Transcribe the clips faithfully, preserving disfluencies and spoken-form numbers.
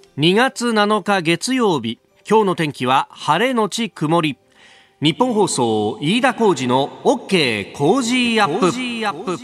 にがつなのか月曜日、今日の天気は晴れのち曇り。日本放送飯田浩司の OK 工事アップ。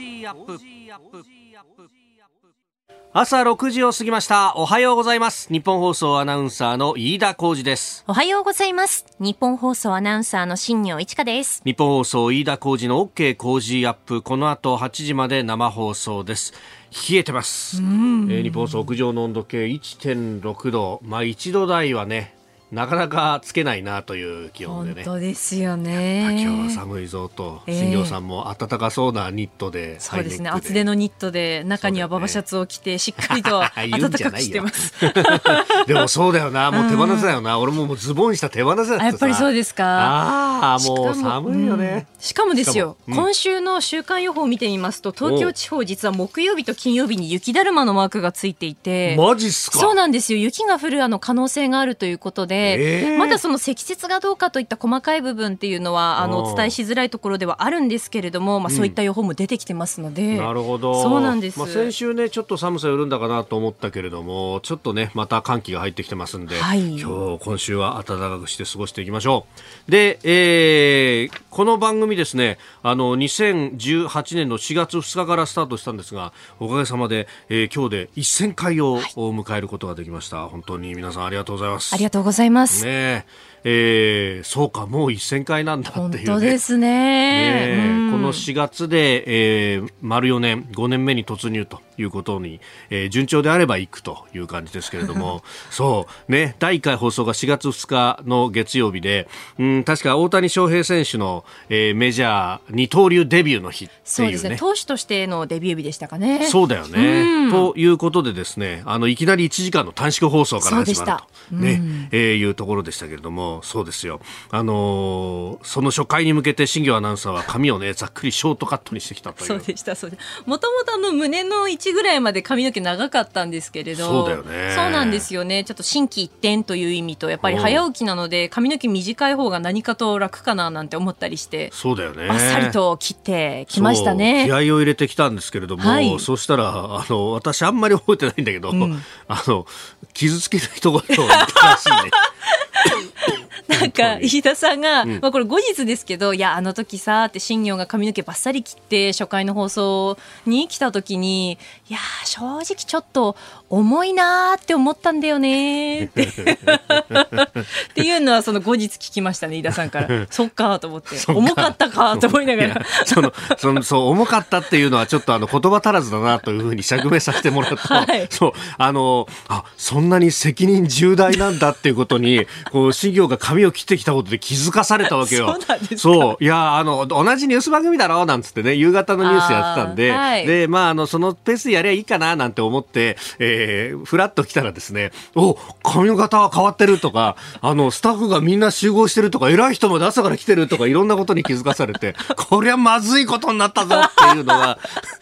朝ろくじを過ぎました。おはようございます。日本放送アナウンサーの飯田浩司です。 おはようございます。日本放送アナウンサーの新業一華です。 日本放送飯田浩司の OK 工事アップ、この後はちじまで生放送です。冷えてます。えー、日本放送屋上の温度計 いってんろくど、まあいちど台はねなかなかつけないなという気温でね。 本当ですよね。 今日は寒いぞと、新業さんも暖かそうなニットで、 そうですね、厚手のニットで中にはババシャツを着てしっかりと暖かくしてますでもそうだよな、もう手放せだよな、俺ももうズボン下手放せだってさ。 やっぱりそうですか。 ああ、もう寒いよね。 しかもですよ、 うん、 今週の週間予報を見てみますと、東京地方実は木曜日と金曜日に雪だるまのマークがついていて。 マジっすか。 そうなんですよ、雪が降るあの可能性があるということで、えー、まだその積雪がどうかといった細かい部分っていうのはあのお伝えしづらいところではあるんですけれども、まあ、そういった予報も出てきてますので、うん、 なるほど。 そうなんです、 まあ、先週ねちょっと寒さ緩んだかなと思ったけれども、ちょっとねまた寒気が入ってきてますんで、はい、今日今週は暖かくして過ごしていきましょう。で、えー、この番組ですね、あのにせんじゅうはちねんのしがつふつかからスタートしたんですが、おかげさまで、えー、今日でせんかいを迎えることができました、はい、本当に皆さんありがとうございます。 ありがとうございます、 ねえー、そうか、もうせんかいなんだっていう、ね、 本当ですね。 ね、うん、このしがつで、えー、丸よねんごねんめに突入ということに、えー、順調であれば行くという感じですけれどもそうね、だいいっかい放送がしがつふつかの月曜日で、うん、確か大谷翔平選手の、えー、メジャー二刀流デビューの日っていうね。 そうですね、投手としてのデビュー日でしたかね。 そうだよね、ということでですね、あのいきなりいちじかんの短縮放送から始まると、ね、えー、いうところでしたけれども、そうですよ、あのー、その初回に向けて新業アナウンサーは髪をねざっくりショートカットにしてきたという。 そうでした、そうでした。もともとあの胸の位置ぐらいまで髪の毛長かったんですけれど、 そうだよね。 そうなんですよね。ちょっと心機一転という意味と、やっぱり早起きなので髪の毛短い方が何かと楽かななんて思ったりして、 そうだよね、 あっさりと切ってきましたね。 気合を入れてきたんですけれども、はい、そうしたらあの私あんまり覚えてないんだけど、うん、あの傷つける人が言ったらしいねなんか飯田さんが、うん、まあ、これ後日ですけど、いやあの時さって新業が髪の毛バッサリ切って初回の放送に来た時に、いや正直ちょっと重いなって思ったんだよねってっていうのはその後日聞きましたね、飯田さんからそっかと思って、重かったかと思いながらそのそのそう重かったっていうのはちょっとあの言葉足らずだなというふうに釈明させてもらうと、はい、そうあのあそんなに責任重大なんだっていうことにこう新業が髪を切ってきたことで気づかされたわけよ。 そうなんですか。 そういやあの同じニュース番組だろうなんつってね、夕方のニュースやってたんで、はい、でまああのそのペースでやりゃいいかななんて思って、えー、フラッと来たらですね、お髪型は変わってるとか、あのスタッフがみんな集合してるとか、偉い人も朝から来てるとか、いろんなことに気づかされてこりゃまずいことになったぞっていうのが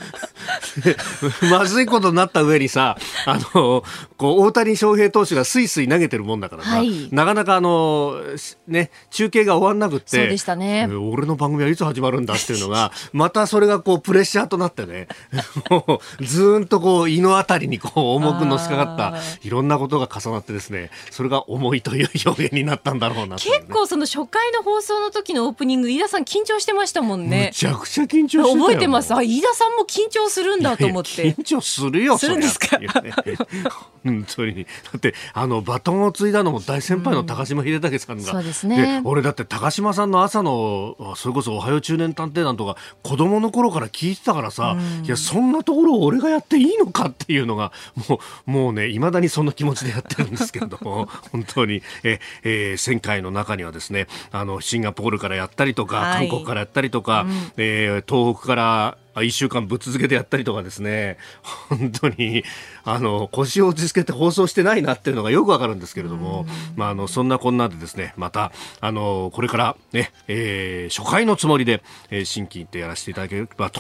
まずいことになった上にさ、あのこう大谷翔平投手がスイスイ投げてるもんだからさ、はい、なかなかあの、ね、中継が終わんなくって、 そうでしたね、 俺の番組はいつ始まるんだっていうのがまたそれがこうプレッシャーとなってねもうずーんとこう胃のあたりにこう重くのしかかったいろんなことが重なってですね、それが重いという表現になったんだろうなって、ね、 結構その初回の放送の時のオープニング、飯田さん緊張してましたもんね。 むちゃくちゃ緊張してたよ。 覚えてます。あ、飯田さんも緊張するんだと思って。 緊張するよ。 するんですか。 本当に。だってあのバトンを継いだのも大先輩の高島秀武さんが、うん、 そうですね。 俺だって高島さんの朝のそれこそおはよう中年探偵団とか子供の頃から聞いてたからさ、うん、いやそんなところを俺がやっていいのかっていうのがもうもうね未だにそんな気持ちでやってるんですけれども本当にえ、えー、せんかいの中にはですね、あのシンガポールからやったりとか、はい、韓国からやったりとか、うん、えー、東北からいっしゅうかんぶっ続けてやったりとかですね、本当にあの腰を落ち着けて放送してないなっていうのがよくわかるんですけれども、まあ、あのそんなこんなでですね、またあのこれからね、えー、初回のつもりで、えー、新規ってやらせていただければと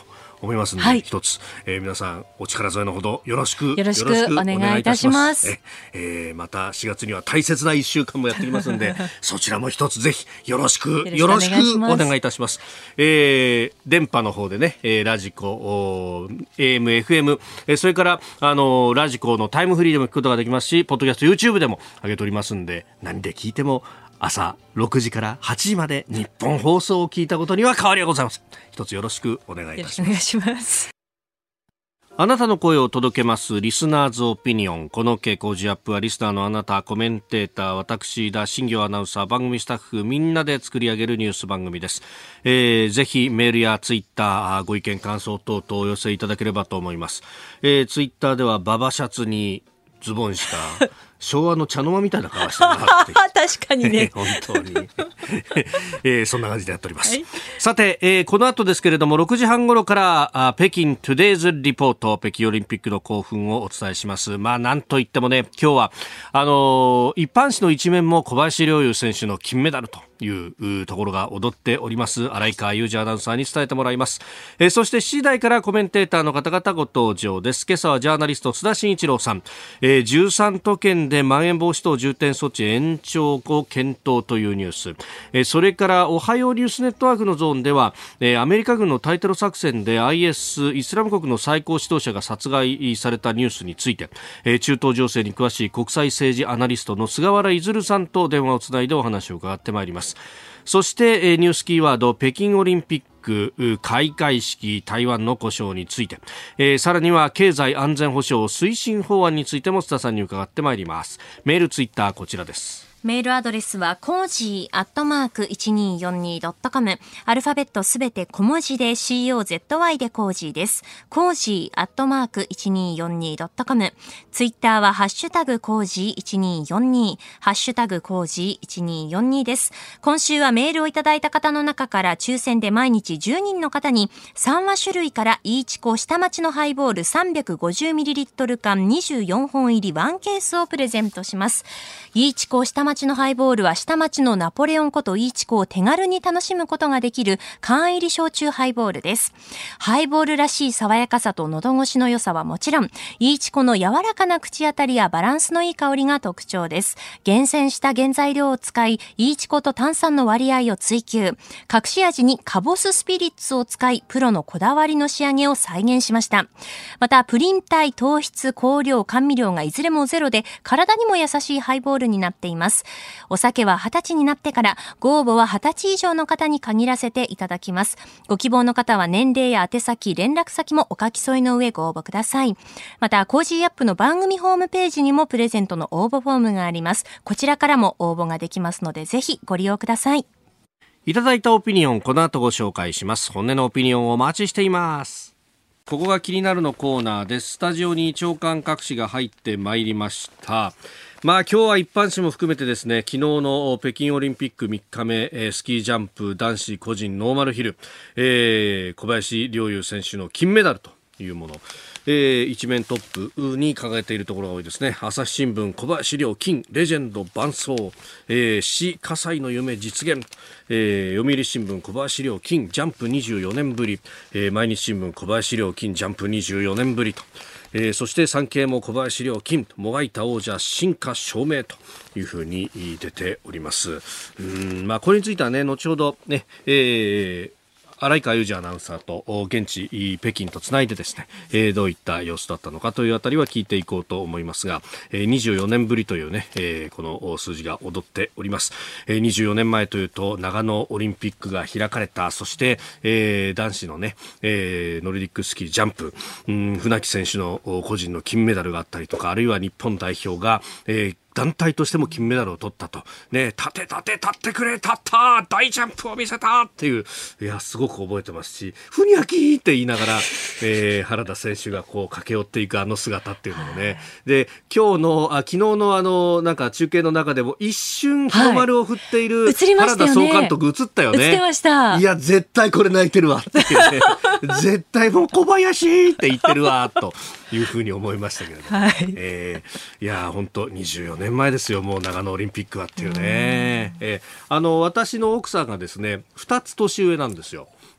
思いますので、 はい、 一つ、えー、皆さんお力添えのほどよろしくよろしくお願いいたします。 え、えー、またしがつには大切ないっしゅうかんもやってきますのでそちらも一つぜひよろしくよろしくお願いいたします。えー、電波の方でね、えー、ラジコ エーエム、エフエム、えー、それからあのー、ラジコのタイムフリーでも聞くことができますし、ポッドキャスト YouTube でも上げておりますんで、何で聞いても朝ろくじからはちじまで日本放送を聞いたことには変わりはございません。一つよろしくお願いいたします。 よろしくお願いします。 あなたの声を届けますリスナーズオピニオン。この傾向ジアップはリスナーのあなた、コメンテーター、私田新行アナウンサー、番組スタッフみんなで作り上げるニュース番組です。えー、ぜひメールやツイッターご意見感想等々お寄せいただければと思います。えー、ツイッターではババシャツにズボンした昭和の茶の間みたいな顔してるなって確かにね本当に、えー、そんな感じでやっております、はい、さて、えー、この後ですけれどもろくじはん頃からあ北京トゥデイズリポート、北京オリンピックの興奮をお伝えします。まあなんといってもね、今日はあのー、一般紙の一面も小林陵侑選手の金メダルというところが踊っております。荒井川裕二アナウンサーに伝えてもらいます。えー、そしてしちじ台からコメンテーターの方々ご登場です。今朝はジャーナリスト須田慎一郎さん、えー、じゅうさん都県でまん延防止等重点措置延長を検討というニュース、えー、それからおはようニュースネットワークのゾーンでは、えー、アメリカ軍の対テロ作戦で アイエス イスラム国の最高指導者が殺害されたニュースについて、えー、中東情勢に詳しい国際政治アナリストの菅原出さんと電話をつないでお話を伺ってまいります。そして、えー、ニュースキーワード北京オリンピック開会式台湾の呼称について、えー、さらには経済安全保障推進法案についても須田さんに伺ってまいります。メールツイッターこちらです。 メールアドレスはコージーアットマーク いちにーよんにードットコム、 アルファベットすべて小文字で シーオーゼットワイ でコージーです。コージーアットマーク いちにーよんにードットコム、 ツイッターはハッシュタグコージーいちにーよんにー、ハッシュタグコージーいちにーよんにーです。今週はメールをいただいた方の中から抽選で毎日じゅうにんの方にさんわ種類からイーチコ下町のハイボール さんびゃくごじゅうミリリットル 缶にじゅうよんほん入りワンケースをプレゼントします。イーチコ下町のハイボールは下町のナポレオンことイーチコを手軽に楽しむことができる缶入り焼酎ハイボールです。ハイボールらしい爽やかさと喉越しの良さはもちろん、イーチコの柔らかな口当たりやバランスのいい香りが特徴です。厳選した原材料を使い、イーチコと炭酸の割合を追求、隠し味にカボススピリッツを使い、プロのこだわりの仕上げを再現しました。またプリン体、糖質、香料、甘味料がいずれもゼロで体にも優しいハイボールになっています。お酒ははたちになってから、ご応募ははたち以上の方に限らせていただきます。ご希望の方は年齢や宛先、連絡先もお書き添えの上ご応募ください。またコージーアップの番組ホームページにもプレゼントの応募フォームがあります。こちらからも応募ができますので、ぜひご利用ください。 いただいたオピニオン、この後ご紹介します。本音のオピニオンをお待ちしています。ここが気になるのコーナーです。スタジオに長官各紙が入ってまいりました。まあ今日は一般紙も含めてですね、昨日の北京オリンピックみっかめ、えー、スキージャンプ男子個人ノーマルヒル、えー、小林陵侑選手の金メダルというもの、えー、一面トップに掲げているところが多いですね。朝日新聞、小林陵金レジェンド伴走、えー、死火災の夢実現、えー、読売新聞、小林陵金ジャンプにじゅうよねんぶり、えー、毎日新聞、小林陵金ジャンプにじゅうよねんぶりと、えー、そして産経も小林陵金もがいた王者進化証明というふうに出ております。うーん、まあ、これについてはね後ほどね、えー荒井川裕二アナウンサーと現地北京とつないでですね、えー、どういった様子だったのかというあたりは聞いていこうと思いますが、えー、にじゅうよねんぶりというね、えー、この数字が踊っております。えー、にじゅうよねんまえというと長野オリンピックが開かれた、そして、えー、男子のね、えー、ノルディックスキージャンプ、うん、船木選手の個人の金メダルがあったりとか、あるいは日本代表が、えー団体としても金メダルを取ったと、ね、立て立て立ってくれ、立った大ジャンプを見せたっていう、いやすごく覚えてますし、ふにゃきーって言いながら、えー、原田選手がこう駆け寄っていくあの姿っていうのもね、で今日のあ昨日のあのなんか中継の中でも一瞬日の丸を振っている原田総監督映ったよね。 映ってました。 いや絶対これ泣いてるわっていうね絶対もう小林って言ってるわというふうに思いましたけれども、はい、えー、いや本当にじゅうよねんまえですよ、もう長野オリンピックはっていうね。えー、あの私の奥さんがですねふたつ年上なんですよ。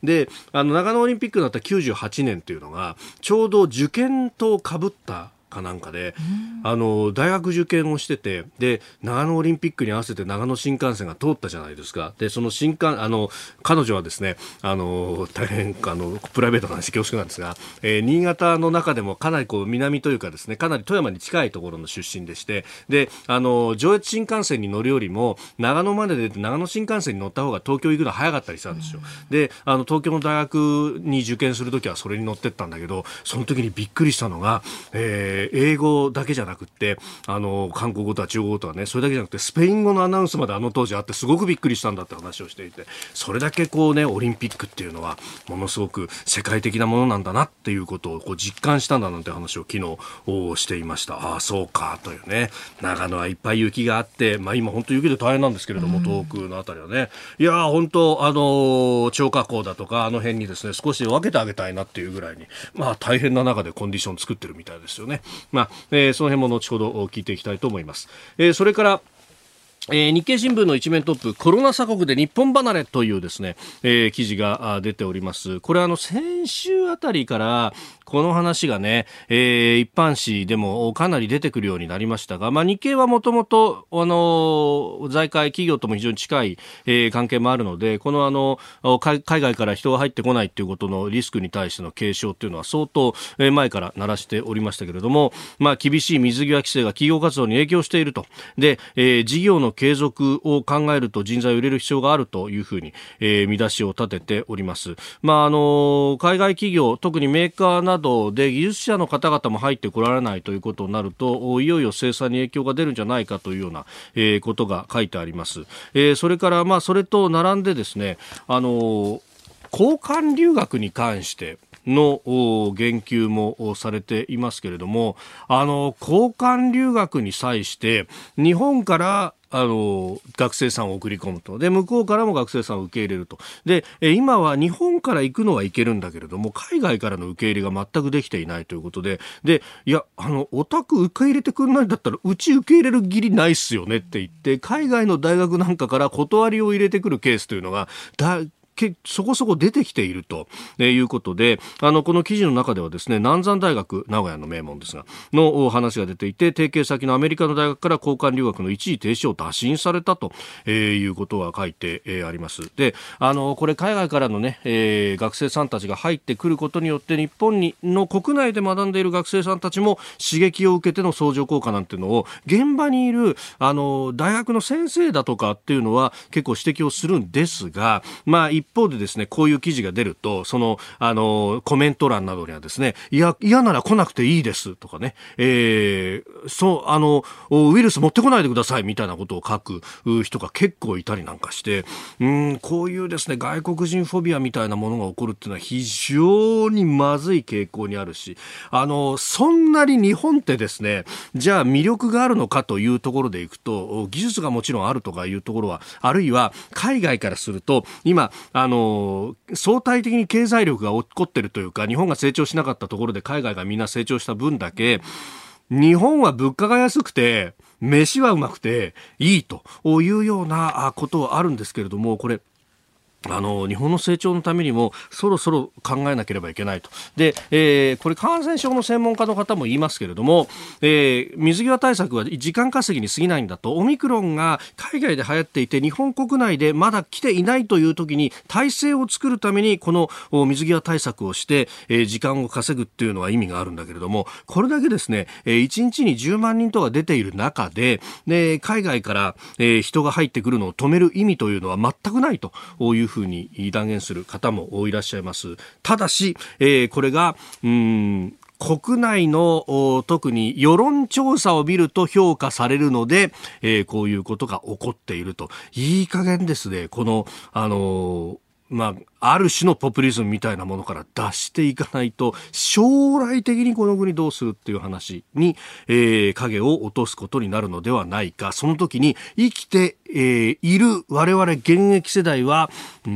であの長野オリンピックだったきゅうじゅうはちねんというのがちょうど受験と被ったかなんかで、あの大学受験をしてて、で長野オリンピックに合わせて長野新幹線が通ったじゃないですか。でその新幹あの彼女はですね、あの大変あのプライベートな話恐縮なんですが、えー、新潟の中でもかなりこう南というかですね、かなり富山に近いところの出身でして、であの上越新幹線に乗るよりも長野まで出て長野新幹線に乗った方が東京行くの早かったりしたんですよ。であの東京の大学に受験するときはそれに乗ってったんだけど、その時にびっくりしたのが、えー英語だけじゃなくってあの韓国語とか中国語とかね、それだけじゃなくてスペイン語のアナウンスまであの当時あってすごくびっくりしたんだって話をしていて、それだけこうねオリンピックっていうのはものすごく世界的なものなんだなっていうことをこう実感したんだなんて話を昨日していました。ああそうかというね。長野はいっぱい雪があって、まあ、今本当雪で大変なんですけれども、東北のあたりはね、いや本当あの張家口だとかあの辺にですね少し分けてあげたいなっていうぐらいに、まあ大変な中でコンディション作ってるみたいですよね。まあえー、その辺も後ほど聞いていきたいと思います。えー、それからえー、日経新聞の一面トップ、コロナ鎖国で日本離れというですね、えー、記事が出ております。これあの先週あたりからこの話がね、えー、一般紙でもかなり出てくるようになりましたが、まあ、日経はもともとあの財界企業とも非常に近い、えー、関係もあるので、このあの海外から人が入ってこないということのリスクに対しての警鐘というのは相当前から鳴らしておりましたけれども、まあ、厳しい水際規制が企業活動に影響していると。で、えー、事業の継続を考えると人材を入れる必要があるというふうに、えー、見出しを立てております。まああの海外企業、特にメーカーなどで技術者の方々も入ってこられないということになると、いよいよ生産に影響が出るんじゃないかというような、えー、ことが書いてあります。えー、それからまあそれと並んでですね、あの交換留学に関しての言及もされていますけれども、あの交換留学に際して日本からあの学生さんを送り込むと、で向こうからも学生さんを受け入れると。で今は日本から行くのは行けるんだけれども、海外からの受け入れが全くできていないということで、でいやあのお宅受け入れてくんないんだったらうち受け入れる義理ないっすよねって言って、海外の大学なんかから断りを入れてくるケースというのがだそこそこ出てきているということで、あのこの記事の中ではですね、南山大学、名古屋の名門ですがの話が出ていて、提携先のアメリカの大学から交換留学の一時停止を打診されたということが書いてあります。で、あのこれ海外からのね、えー、学生さんたちが入ってくることによって日本にの国内で学んでいる学生さんたちも刺激を受けての相乗効果なんていうのを現場にいるあの大学の先生だとかっていうのは結構指摘をするんですが、まあ一方でですね、こういう記事が出ると、その、あの、コメント欄などにはですね、いや、嫌なら来なくていいですとかね、えー、そう、あの、ウイルス持ってこないでくださいみたいなことを書く人が結構いたりなんかして、うん、こういうですね、外国人フォビアみたいなものが起こるっていうのは非常にまずい傾向にあるし、あの、そんなに日本ってですね、じゃあ魅力があるのかというところでいくと、技術がもちろんあるとかいうところは、あるいは海外からすると、今、あの相対的に経済力が起こっているというか、日本が成長しなかったところで海外がみんな成長した分だけ、日本は物価が安くて飯はうまくていいというようなことはあるんですけれども、これあの日本の成長のためにもそろそろ考えなければいけないと。で、えー、これ感染症の専門家の方も言いますけれども、えー、水際対策は時間稼ぎに過ぎないんだと。オミクロンが海外で流行っていて日本国内でまだ来ていないという時に体制を作るためにこの水際対策をして、えー、時間を稼ぐっていうのは意味があるんだけれども、これだけですね、えー、いちにちにじゅうまんにんとか出ている中で、で海外から、えー、人が入ってくるのを止める意味というのは全くないというふうに断言する方もいらっしゃいます。ただし、えー、これがうーん国内の特に世論調査を見ると評価されるので、えー、こういうことが起こっていると。いい加減ですね、このあのーまあ、ある種のポピュリズムみたいなものから脱していかないと、将来的にこの国どうするっていう話に、えー、影を落とすことになるのではないか。その時に生きて、えー、いる我々現役世代は、うん、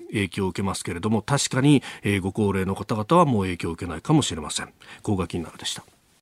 影響を受けますけれども、確かに、えー、ご高齢の方々はもう影響を受けないかもしれません。高額になるでした。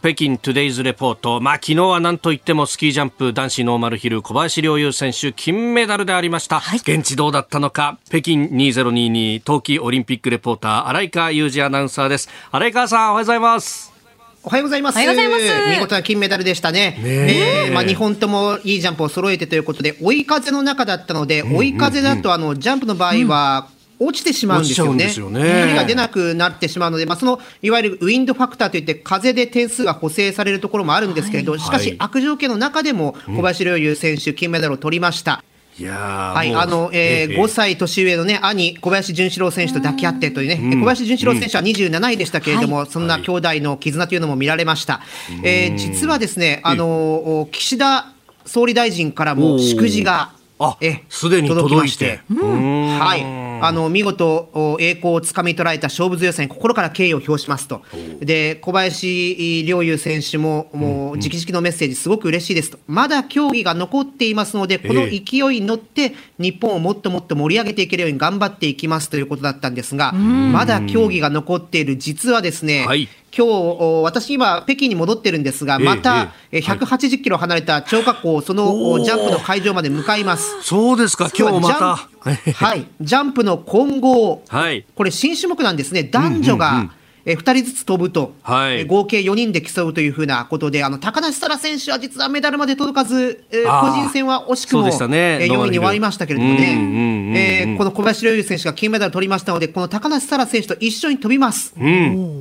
北京トゥデイズレポート、まあ、昨日は何といってもスキージャンプ男子ノーマルヒル小林陵侑選手金メダルでありました、はい、現地どうだったのか北京にせんにじゅうに冬季オリンピックレポーター荒井川裕二アナウンサーです。荒井川さん、おはようございます。 おはようございます。 おはようございます。 見事な金メダルでしたね。ねえ、まあ、にほんともいいジャンプを揃えてということで、追い風の中だったので、うんうんうん、追い風だとあのジャンプの場合は、うん落ちてしまうんですよね。距離が出なくなってしまうので、まあ、そのいわゆるウィンドファクターといって風で点数が補正されるところもあるんですけれど、はい、しかし悪条件の中でも小林陵侑選手金メダルを取りました。 いやはい、あの、えー、ごさい年上のね、兄、小林潤志郎選手と抱き合ってというね、うん、小林潤志郎選手はにじゅうなないでしたけれども、うん、そんな兄弟の絆というのも見られました。はい、えー、実はですね、あの、岸田総理大臣からも祝辞が、 すでに届きまして、 はい、あの見事栄光をつかみ取られた勝負強さに心から敬意を表しますと。で小林陵侑選手ももう直々のメッセージすごく嬉しいですと。まだ競技が残っていますので、この勢いに乗って日本をもっともっと盛り上げていけるように頑張っていきますということだったんですが、まだ競技が残っている。実はですね、はい、今日私今北京に戻ってるんですが、またひゃくはちじゅっキロ離れた張家口、そのジャンプの会場まで向かいます。 そうですか、今日またはい、ジャンプの混合、はい、これ新種目なんですね。男女が、うんうんうんえふたりずつ飛ぶと、はい、え合計よにんで競うというふうなことで、あの高梨沙羅選手は実はメダルまで届かず、えー、個人戦は惜しくも、ねえー、よんいに終わりましたけれどもね、えー、この小林陵侑選手が金メダル取りましたので、この高梨沙羅選手と一緒に飛びます、 うん、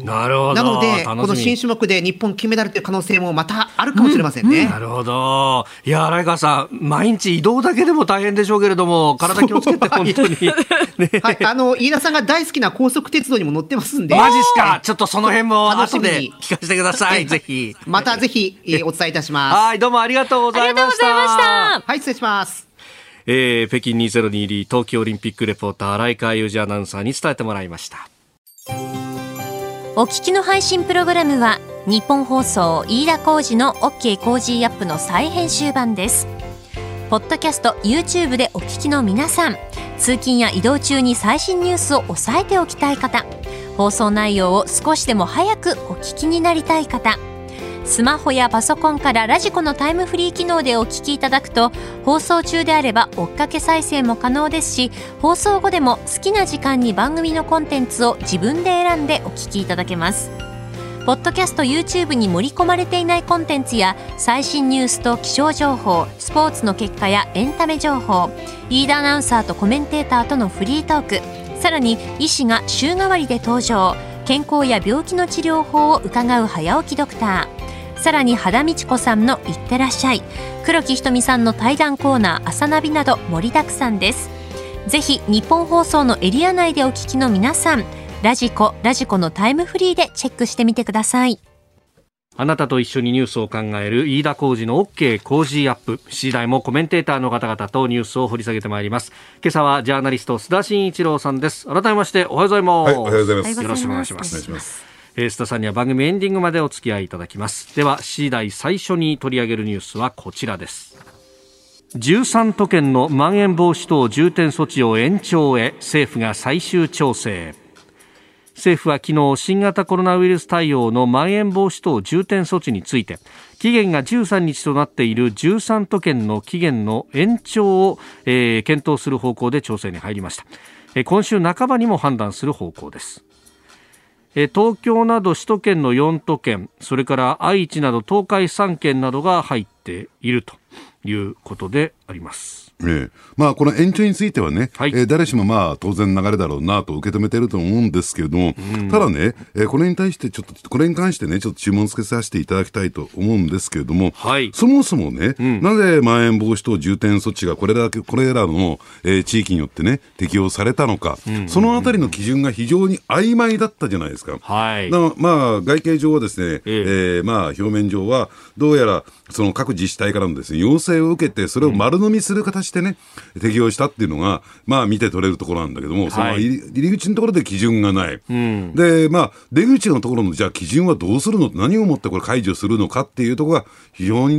なるほど。 なのでこの新種目で日本金メダルという可能性もまたあるかもしれませんね、うんうん、 なるほど。いや荒川さん、毎日移動だけでも大変でしょうけれども、体気をつけて本当に、ねはい、あの飯田さんが大好きな高速鉄道にも乗ってますんで。 マジっすか。ちょっとその辺も後で聞かせてください。ぜひまたぜひ、えー、お伝えいたします。 はい、どうもありがとうございました。 はい、失礼します。 えー、北京にせんにじゅうに冬季オリンピックレポーター荒井川裕二アナウンサーに伝えてもらいました。 お聞きの配信プログラムは日本放送飯田浩司の OK コージーアップの再編集版です。ポッドキャスト YouTube でお聞きの皆さん、通勤や移動中に最新ニュースを押さえておきたい方、放送内容を少しでも早くお聞きになりたい方、スマホやパソコンからラジコのタイムフリー機能でお聞きいただくと、放送中であれば追っかけ再生も可能ですし、放送後でも好きな時間に番組のコンテンツを自分で選んでお聞きいただけます。ポッドキャスト YouTube に盛り込まれていないコンテンツや最新ニュースと気象情報、スポーツの結果やエンタメ情報、飯田アナウンサーとコメンテーターとのフリートーク、さらに医師が週替わりで登場、健康や病気の治療法を伺う早起きドクター、さらに羽田美智子さんのいってらっしゃい、黒木ひとみさんの対談コーナー朝ナビなど盛りだくさんです。ぜひ日本放送のエリア内でお聞きの皆さん、ラジコラジコのタイムフリーでチェックしてみてください。 あなたと一緒にニュースを考える飯田浩司の OK コージーアップ。しちじ台もコメンテーターの方々とニュースを掘り下げてまいります。今朝はジャーナリスト須田慎一郎さんです。改めましておはようございます。 はい、おはようございます。 よろしくお願いします。えー、須田さんには番組エンディングまでお付き合いいただきます。ではしちじ台最初に取り上げるニュースはこちらです。じゅうさん都県のまん延防止等重点措置を延長へ、政府が最終調整。政府は昨日、新型コロナウイルス対応のまん延防止等重点措置について、期限がじゅうさんにちとなっているじゅうさん都県の期限の延長を、えー、検討する方向で調整に入りました。えー、今週半ばにも判断する方向です。えー、東京など首都圏のよん都県、それから愛知など東海さん県などが入っているということであります。 ええ、まあこの延長についてはね、はい、えー、誰しもまあ当然流れだろうなと受け止めていると思うんですけれども、うん、ただね、えー、これに対してちょっとこれに関してねちょっと注文つけさせていただきたいと思うんですけれども、はい、そもそもね、うん、なぜまん延防止等重点措置がこれだけこれらの、えー、地域によってね適用されたのか、うんうんうん、そのあたりの基準が非常に曖昧だったじゃないですか。はい、だからまあ外形上はですね、えーえー、まあ表面上はどうやらその各自治体からのですね要請を受けてそれを丸飲みする形でね、うん、適用したっていうのがまあ見て取れるところなんだけども、はい、その入り口のところで基準がない、うん、でまあ出口のところのじゃあ基準はどうするの、何をもってこれ解除するのかっていうところが非常にね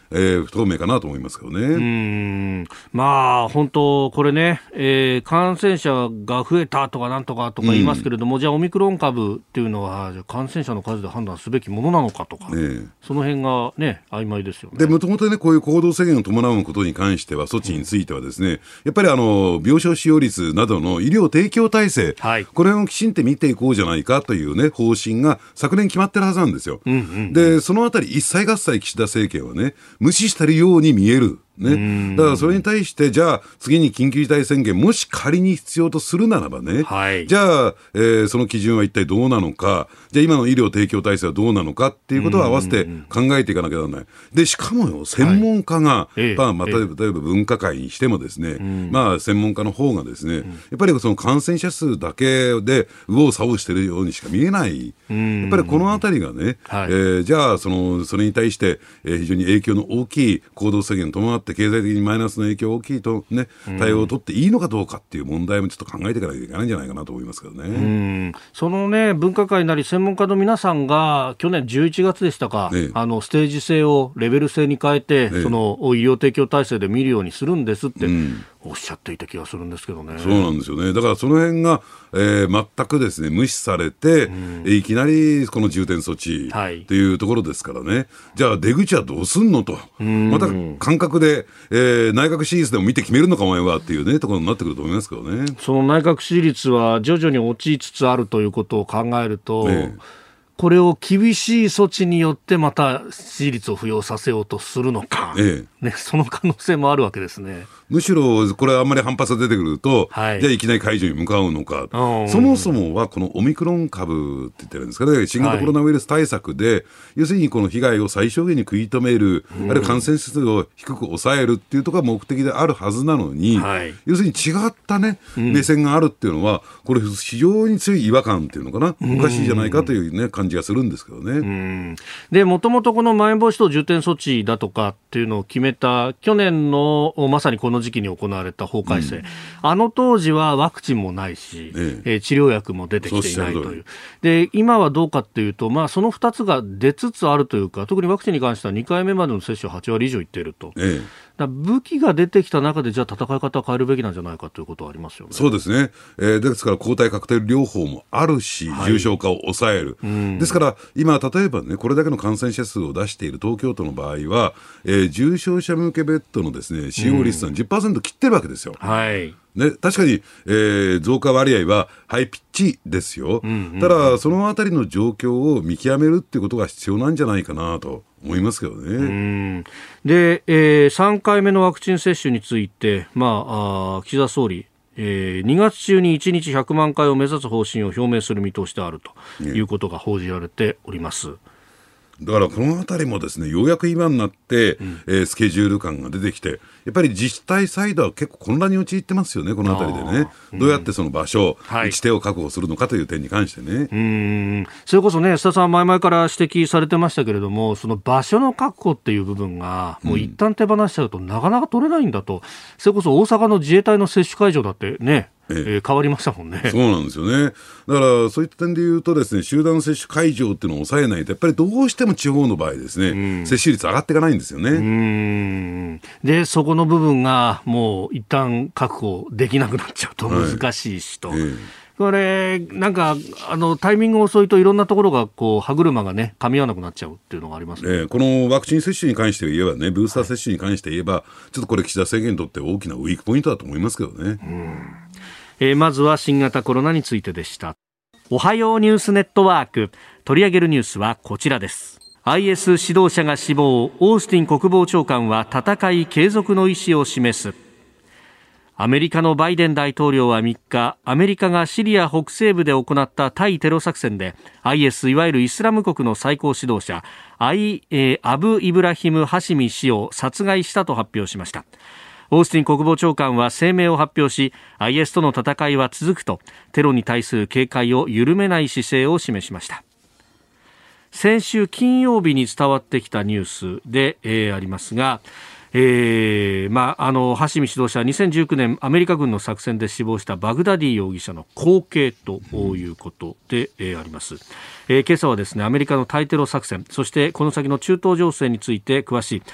えー、不透明かなと思いますけどね。 うーん、まあ本当これね、えー、感染者が増えたとかなんとかとか言いますけれども、うん、じゃあオミクロン株っていうのはじゃあ感染者の数で判断すべきものなのかとか、ね、その辺がね曖昧ですよね。 でもともとねこういう行動制限を伴うことに関しては措置についてはですね、やっぱりあの病床使用率などの医療提供体制、はい、これをきちんと見ていこうじゃないかというね方針が昨年決まってるはずなんですよ、うんうんうん、でそのあたり一切合切岸田政権はね無視してるように見えるね、だからそれに対してじゃあ次に緊急事態宣言もし仮に必要とするならばね、はい、じゃあ、えー、その基準は一体どうなのか、じゃあ今の医療提供体制はどうなのかっていうことを合わせて考えていかなきゃならない。でしかもよ専門家が、はいまあ、まあ、例えば、例えば分科会にしてもですね、まあ、専門家の方がですね、やっぱりその感染者数だけで右往左往しているようにしか見えない。やっぱりこのあたりがね、はいえー、じゃあそのそれに対して、えー、非常に影響の大きい行動制限を伴って経済的にマイナスの影響が大きいと、ね、対応を取っていいのかどうかっていう問題もちょっと考えていかなきゃいけないんじゃないかなと思いますけどね。 うんそのね分科会なり専門家の皆さんが去年じゅういちがつでしたか、ええ、あのステージ制をレベル制に変えて、ええ、その医療提供体制で見るようにするんですって、うんおっしゃっていた気がするんですけどね。 そうなんですよね。だからその辺が、えー、全くですね無視されて、うん、いきなりこの重点措置というところですからね、はい、じゃあ出口はどうすんのと、また感覚で、えー、内閣支持率でも見て決めるのかお前はっていうねところになってくると思いますけどね。 その内閣支持率は徐々に落ちつつあるということを考えると、ねこれを厳しい措置によってまた支持率を浮揚させようとするのか、ええね、その可能性もあるわけですね。 むしろこれあんまり反発が出てくると、はい、じゃあいきなり解除に向かうのか、そもそもはこのオミクロン株って言ってるんですかね、新型コロナウイルス対策で、はい、要するにこの被害を最小限に食い止める、うん、あるいは感染者数を低く抑えるっていうところが目的であるはずなのに、はい、要するに違った、ね、目線があるっていうのはこれ非常に強い違和感っていうのかな、おかしいじゃないかという、ね、感じがするんですけどね。 うんでもともとこのまん延防止等重点措置だとかっていうのを決めた去年のまさにこの時期に行われた法改正、うん、あの当時はワクチンもないし、えええー、治療薬も出てきていないという。で今はどうかっていうと、まあ、そのふたつが出つつあるというか、特にワクチンに関してはにかいめまでの接種ははちわり以上いっていると、ええだ武器が出てきた中でじゃあ戦い方を変えるべきなんじゃないかということはありますよね。 そうですね、えー、ですから抗体カクテル療法もあるし、はい、重症化を抑える、うん、ですから今例えばねこれだけの感染者数を出している東京都の場合は、えー、重症者向けベッドのですね使用率が じゅっパーセント 切ってるわけですよ、うんはいね、確かに、えー、増加割合はハイピッチですよ、うんうんうん、ただそのあたりの状況を見極めるっていうことが必要なんじゃないかなと思いますけどね。 うんで、えー、さんかいめのワクチン接種について、まあ、あ岸田総理えー、にがつ中にいちにちひゃくまんかいを目指す方針を表明する見通しであるということが報じられております、ねだからこのあたりもですねようやく今になって、うんえー、スケジュール感が出てきてやっぱり自治体サイドは結構混乱に陥ってますよねこのあたりでね、うん、どうやってその場所、はい、打ち手を確保するのかという点に関してねうんそれこそね須田さん前々から指摘されてましたけれどもその場所の確保っていう部分がもう一旦手放しちゃうとなかなか取れないんだと、うん、それこそ大阪の自衛隊の接種会場だってねええー、変わりましたもんね。 そうなんですよね。だからそういった点で言うとですね集団接種会場っていうのを抑えないとやっぱりどうしても地方の場合ですね、うん、接種率上がっていかないんですよね。 うんでそこの部分がもう一旦確保できなくなっちゃうと難しいしと、はいえーこれなんかあのタイミング遅いといろんなところがこう歯車がね噛み合わなくなっちゃうっていうのがありますね、 えー、このワクチン接種に関して言えばねブースター接種に関して言えば、はい、ちょっとこれ岸田政権にとって大きなウィークポイントだと思いますけどね。うんえー、まずは新型コロナについてでした。おはようニュースネットワーク取り上げるニュースはこちらです。 アイエス 指導者が死亡、オースティン国防長官は戦い継続の意思を示す。アメリカのバイデン大統領はみっかアメリカがシリア北西部で行った対テロ作戦で アイエス いわゆるイスラム国の最高指導者アイ、えー、アブ・イブラヒム・ハシミ氏を殺害したと発表しました。オースティン国防長官は声明を発表し アイエス との戦いは続くとテロに対する警戒を緩めない姿勢を示しました。先週金曜日に伝わってきたニュースで、えー、ありますがえーまあ、あのハシミ指導者はにせんじゅうきゅうねんアメリカ軍の作戦で死亡したバグダディ容疑者の後継ということで、えー、あります、えー、今朝はですねアメリカの対テロ作戦そしてこの先の中東情勢について詳しい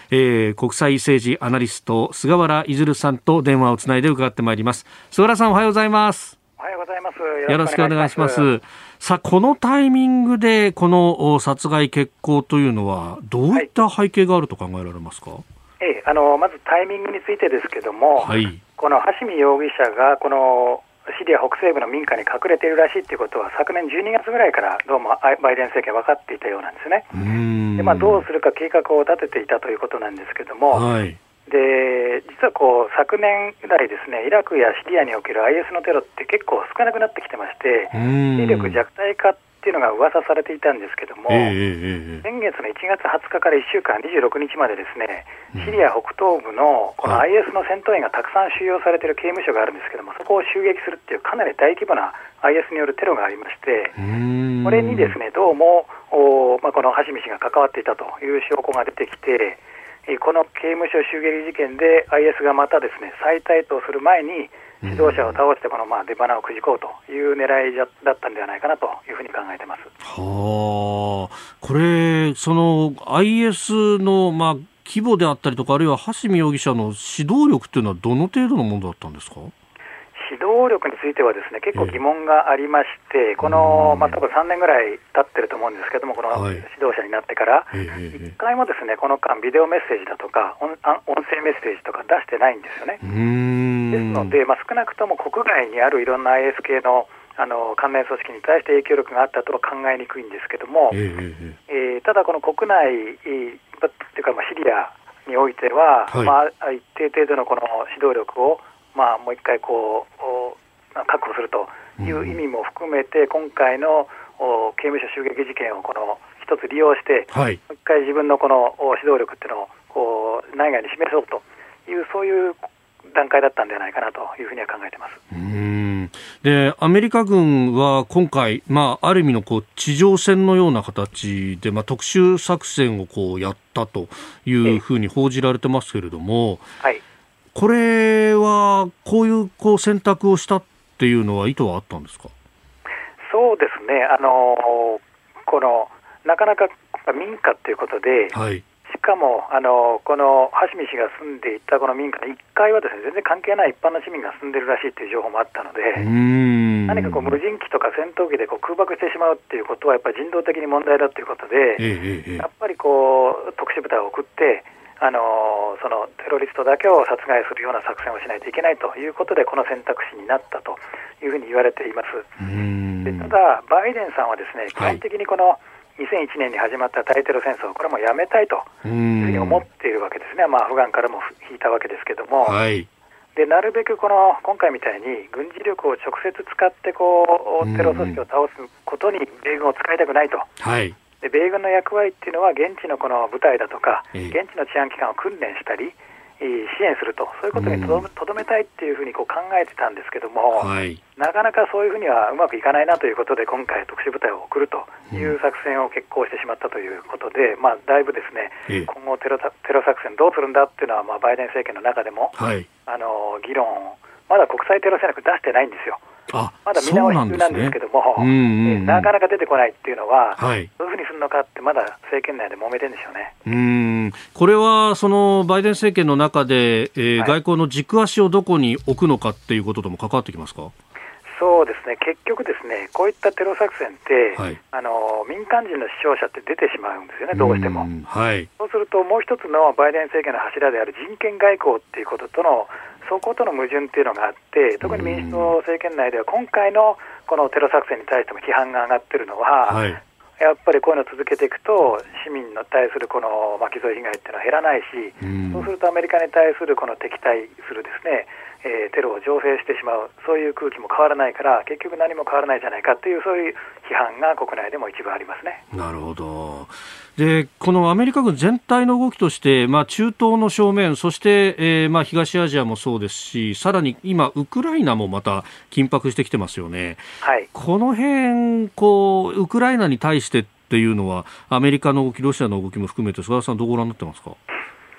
えー、国際政治アナリスト菅原出さんと電話をつないで伺ってまいります。菅原さん、おはようございます。 おはようございます。 よろしくお願いします。さあ、このタイミングでこの殺害決行というのはどういった背景があると考えられますか？はい、 ええ、あのまずタイミングについてですけども、 はい、 このハシミ容疑者がこのシリア北西部の民家に隠れているらしいということは昨年じゅうにがつぐらいからどうもバイデン政権分かっていたようなんですね。 うーんで、まあ、どうするか計画を立てていたということなんですけども、 はい、 で実はこう昨年来ですね、イラクやシリアにおける アイエス のテロって結構少なくなってきてまして、勢力弱体化っていうのが噂されていたんですけども、 えーえー、 先月のいちがつはつかからいっしゅうかんにじゅうろくにちまでですね、シリア北東部のこの アイエス の戦闘員がたくさん収容されている刑務所があるんですけども、そこを襲撃するっていうかなり大規模な アイエス によるテロがありまして、これにですね、どうもお、まあ、このハシミ氏が関わっていたという証拠が出てきて、この刑務所襲撃事件で アイエス がまたですね再台頭する前に指導者を倒してこのまあ出花をくじこうという狙いだったんではないかなというふうに考えています。 はあ、これその アイエス のまあ規模であったりとか、あるいはハシミ容疑者の指導力というのはどの程度のものだったんですか？ 指導力についてはですね結構疑問がありまして、この、まあ、多分さんねんぐらい経ってると思うんですけども、この指導者になってから、はい、いっかいもですねこの間ビデオメッセージだとか 音, 音声メッセージとか出してないんですよね。 うーんですので、まあ、少なくとも国外にあるいろんな アイエス 系のあの関連組織に対して影響力があったとは考えにくいんですけども、えーえー、ただこの国内、えー、というかまあシリアにおいては、はい、まあ、一定程度のこの指導力をまあ、もう一回こう確保するという意味も含めて、うん、今回の刑務所襲撃事件をこの一つ利用して、はい、もう一回自分のこの指導力っていうのをこう内外に示そうというそういう段階だったんではないかなというふうには考えています。 うーんでアメリカ軍は今回、まあ、ある意味のこう地上戦のような形で、まあ、特殊作戦をこうやったというふうに報じられてますけれども、 はい、 これはこういう、こう選択をしたっていうのは意図はあったんですか？ そうですね、あのこのなかなか民家ということで、はい、しかもあのこのハシミ氏が住んでいたこの民家のいっかいはですね全然関係ない一般の市民が住んでるらしいという情報もあったので、 うーん何かこう無人機とか戦闘機でこう空爆してしまうっていうことはやっぱり人道的に問題だということで、 ええええ、 やっぱりこう特殊部隊を送ってあのそのテロリストだけを殺害するような作戦をしないといけないということでこの選択肢になったというふうに言われています。 うーんでただバイデンさんはですね基本的にこのにせんいちねんに始まった対テロ戦争これもやめたいというふうに思っているわけですね。まあ、アフガンからも引いたわけですけども、 はい、 でなるべくこの今回みたいに軍事力を直接使ってこうテロ組織を倒すことに米軍を使いたくないと、 はい、 で米軍の役割っていうのは現地のこの部隊だとか、 ええ、 現地の治安機関を訓練したり支援するとそういうことにとどめたいっていうふうにこう考えてたんですけども、 はい、 なかなかそういうふうにはうまくいかないなということで今回特殊部隊を送るという作戦を決行してしまったということで、まあ、だいぶですね、ええ、今後テロ、テロ作戦どうするんだっていうのは、まあ、バイデン政権の中でも、 はい、 あの議論まだ国際テロ戦略出してないんですよ。 あまだ見直し中なんですけども、 うんうんうん、 なかなか出てこないっていうのは、 はい、 どういうふうにするのかってまだ政権内で揉めてるんでしょうね。 うーんこれはそのバイデン政権の中で、えーはい、外交の軸足をどこに置くのかっていうこととも関わってきますか？ そうですね、結局ですねこういったテロ作戦って、はい、あの民間人の死傷者って出てしまうんですよね、どうしても。 はい、 そうするともう一つのバイデン政権の柱である人権外交っていうこととのそことの矛盾っていうのがあって、特に民主党政権内では今回のこのテロ作戦に対しても批判が上がっているのは、はい、やっぱりこういうのを続けていくと市民に対するこの巻き添え被害っていうのは減らないし、そうするとアメリカに対するこの敵対するですね、えー、テロを醸成してしまうそういう空気も変わらないから結局何も変わらないじゃないかっていうそういう批判が国内でも一部ありますね。 なるほど。でこのアメリカ軍全体の動きとして、まあ、中東の正面そして、えーまあ、東アジアもそうですしさらに今ウクライナもまた緊迫してきてますよね。 はい、 この辺こうウクライナに対してっていうのはアメリカの動きロシアの動きも含めて菅原さんどうご覧になってますか？ うん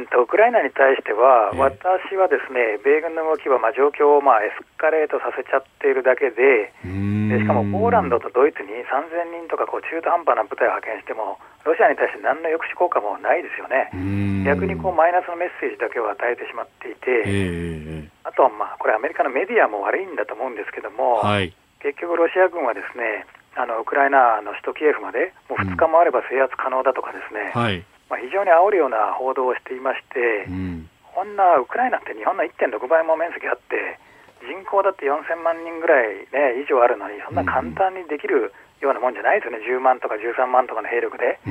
うんとウクライナに対しては、えー、私はですね、米軍の動きはまあ状況をまあエスカレートさせちゃっているだけで、でしかもポーランドとドイツにさんぜんにんとかこう中途半端な部隊を派遣しても、ロシアに対して何の抑止効果もないですよね。逆にこうマイナスのメッセージだけを与えてしまっていて、えー、あとはまあこれアメリカのメディアも悪いんだと思うんですけども、はい、結局ロシア軍はですね、あのウクライナの首都キエフまでもうふつかもあれば制圧可能だとかですね、うんはい、まあ、非常に煽るような報道をしていまして、うん、こんなウクライナって日本の いってんろく 倍も面積あって、人口だってよんせんまんにんぐらい、ね、以上あるのに、そんな簡単にできるようなもんじゃないですよね。じゅうまんとかじゅうさんまんとかの兵力で、うん、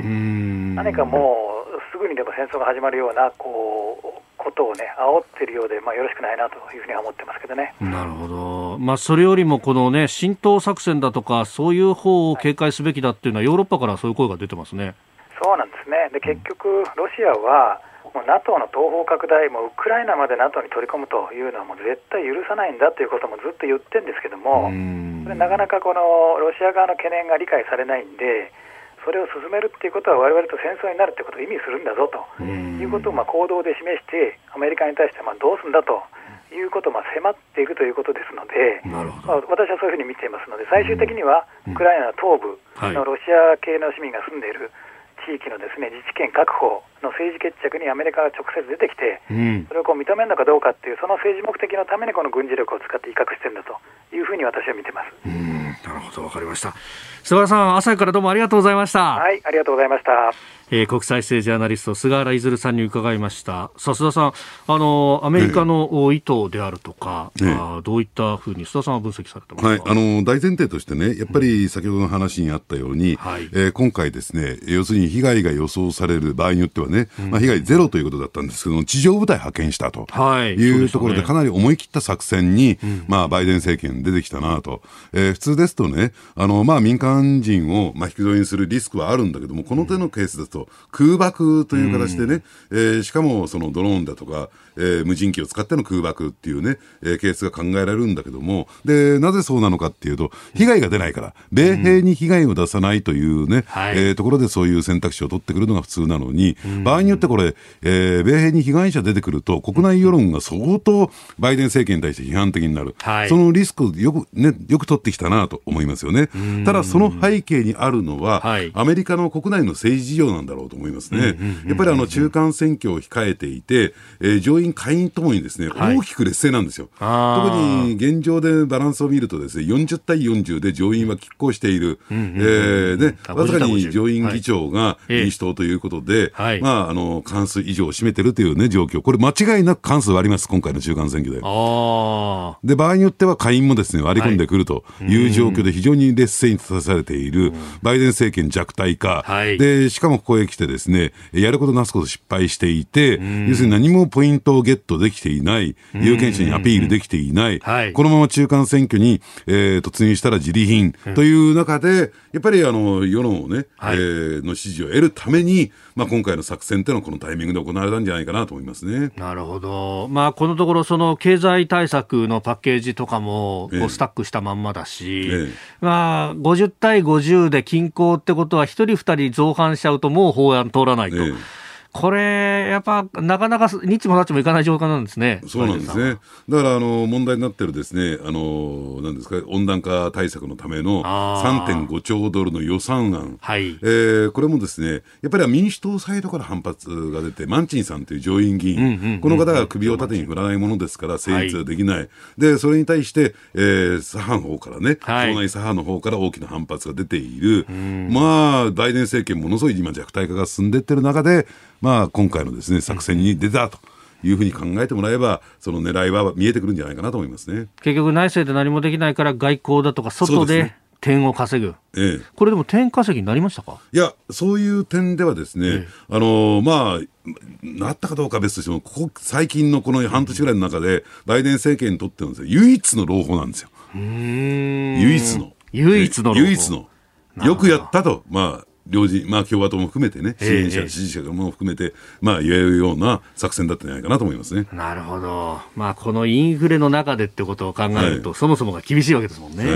何かもうすぐにでも戦争が始まるようなこうことをね煽ってるようで、まあ、よろしくないなというふうには思ってますけどね。 なるほど、まあ、それよりもこのね浸透作戦だとかそういう方を警戒すべきだっていうのは、はい、ヨーロッパからそういう声が出てますね。 そうなんですね。で結局ロシアはもう NATO の東方拡大、もうウクライナまで NATO に取り込むというのはもう絶対許さないんだということもずっと言ってるんですけども、それなかなかこのロシア側の懸念が理解されないんで、それを進めるっていうことは我々と戦争になるってことを意味するんだぞということをまあ行動で示して、アメリカに対してまあどうするんだということをまあ迫っているということですので、まあ、私はそういうふうに見ていますので、最終的にはウクライナの東部のロシア系の市民が住んでいる地域のですね、自治権確保の政治決着にアメリカが直接出てきて、うん、それをこう認めるのかどうかっていう、その政治目的のためにこの軍事力を使って威嚇してるんだというふうに私は見てます。 うん、なるほど、わかりました。菅原さん、朝からどうもありがとうございました。 はい、ありがとうございました。 えー、国際政治ジャーナリスト菅原出さんに伺いました。さあ須田さん、あのアメリカの意図であるとか、ええ、あどういったふうに須田さんは分析されてますか。 はい、あの大前提としてね、やっぱり先ほどの話にあったように、うん、はいえー、今回ですね、要するに被害が予想される場合によってはね、うんまあ、被害ゼロということだったんですけども、地上部隊派遣したというところで、かなり思い切った作戦に、うんまあ、バイデン政権出てきたなと、えー、普通ですとね、あの、まあ、民間人を、まあ、引き添えにするリスクはあるんだけども、この手のケースだと空爆という形でね、うんえー、しかもそのドローンだとか、えー、無人機を使っての空爆っていうね、えー、ケースが考えられるんだけども、でなぜそうなのかっていうと、被害が出ないから、米兵に被害を出さないというね、うんえー、ところでそういう選択肢を取ってくるのが普通なのに、うん、場合によってこれ、えー、米兵に被害者出てくると国内世論が相当バイデン政権に対して批判的になる、はい、そのリスクをよく、ね、よく取ってきたなと思いますよね。ただその背景にあるのは、はい、アメリカの国内の政治事情なんだろうと思いますね。やっぱりあの中間選挙を控えていて、えー、上院下院ともにですね、はい、大きく劣勢なんですよ。特に現状でバランスを見るとですね、よんじゅうたいよんじゅうで上院は拮抗している、えーね、わずかに上院議長が民主党ということで、はいまあ、あの過半数以上を占めているという、ね、状況、これ間違いなく過半数割ります、今回の中間選挙で。あで場合によっては下院もですね割り込んでくるという状況で、非常に劣勢に立たされているバイデン政権弱体化、はい、でしかもここへ来てですね、やることなすこと失敗していて、要するに何もポイントをゲットできていない、有権者にアピールできていない、はい、このまま中間選挙に、えー、突入したら自利品という中で、やっぱりあの世論をね、はいえー、の支持を得るために、まあ、今回の作戦というのはこのタイミングで行われたんじゃないかなと思いますね。 なるほど、まあ、このところその経済対策のパッケージとかもこうスタックしたまんまだし、ええまあ、ごじゅうたいごじゅうで均衡ってことはひとりふたり造反しちゃうともう法案通らないと、ええこれやっぱなかなかニッチもサッチもいかない状況なんですね。 そうなんですね。だからあの問題になっているですね、あの何ですか、温暖化対策のための さんてんごちょうドルの予算案、はいえー、これもですね、やっぱり民主党サイドから反発が出て、マンチンさんという上院議員、うんうんうん、この方が首を縦に振らないものですから成立はできない、はい、でそれに対して、えー、左派の方からね、はい、党内左派の方から大きな反発が出ている、まあバイデン政権ものすごい今弱体化が進んでいってる中で、まあ、今回のですね作戦に出たというふうに考えてもらえば、その狙いは見えてくるんじゃないかなと思いますね。 結局内政で何もできないから外交だとか外で点を稼ぐ、ええ、これでも点稼ぎになりましたか。 いや、そういう点ではですね、ええ、あのまあなったかどうかは別としても、ここ最近のこの半年ぐらいの中でバイデン政権にとってのですね、唯一の朗報なんですよ。うーん唯一の唯一の朗報、 唯一のよくやったと、まあ両陣、まあ、共和党も含めてね、支援者、支持者も含めて、まあ、言えるような作戦だったんじゃないかなと思いますね。 なるほど、まあ、このインフレの中でってことを考えると、はい、そもそもが厳しいわけですもんね。はい、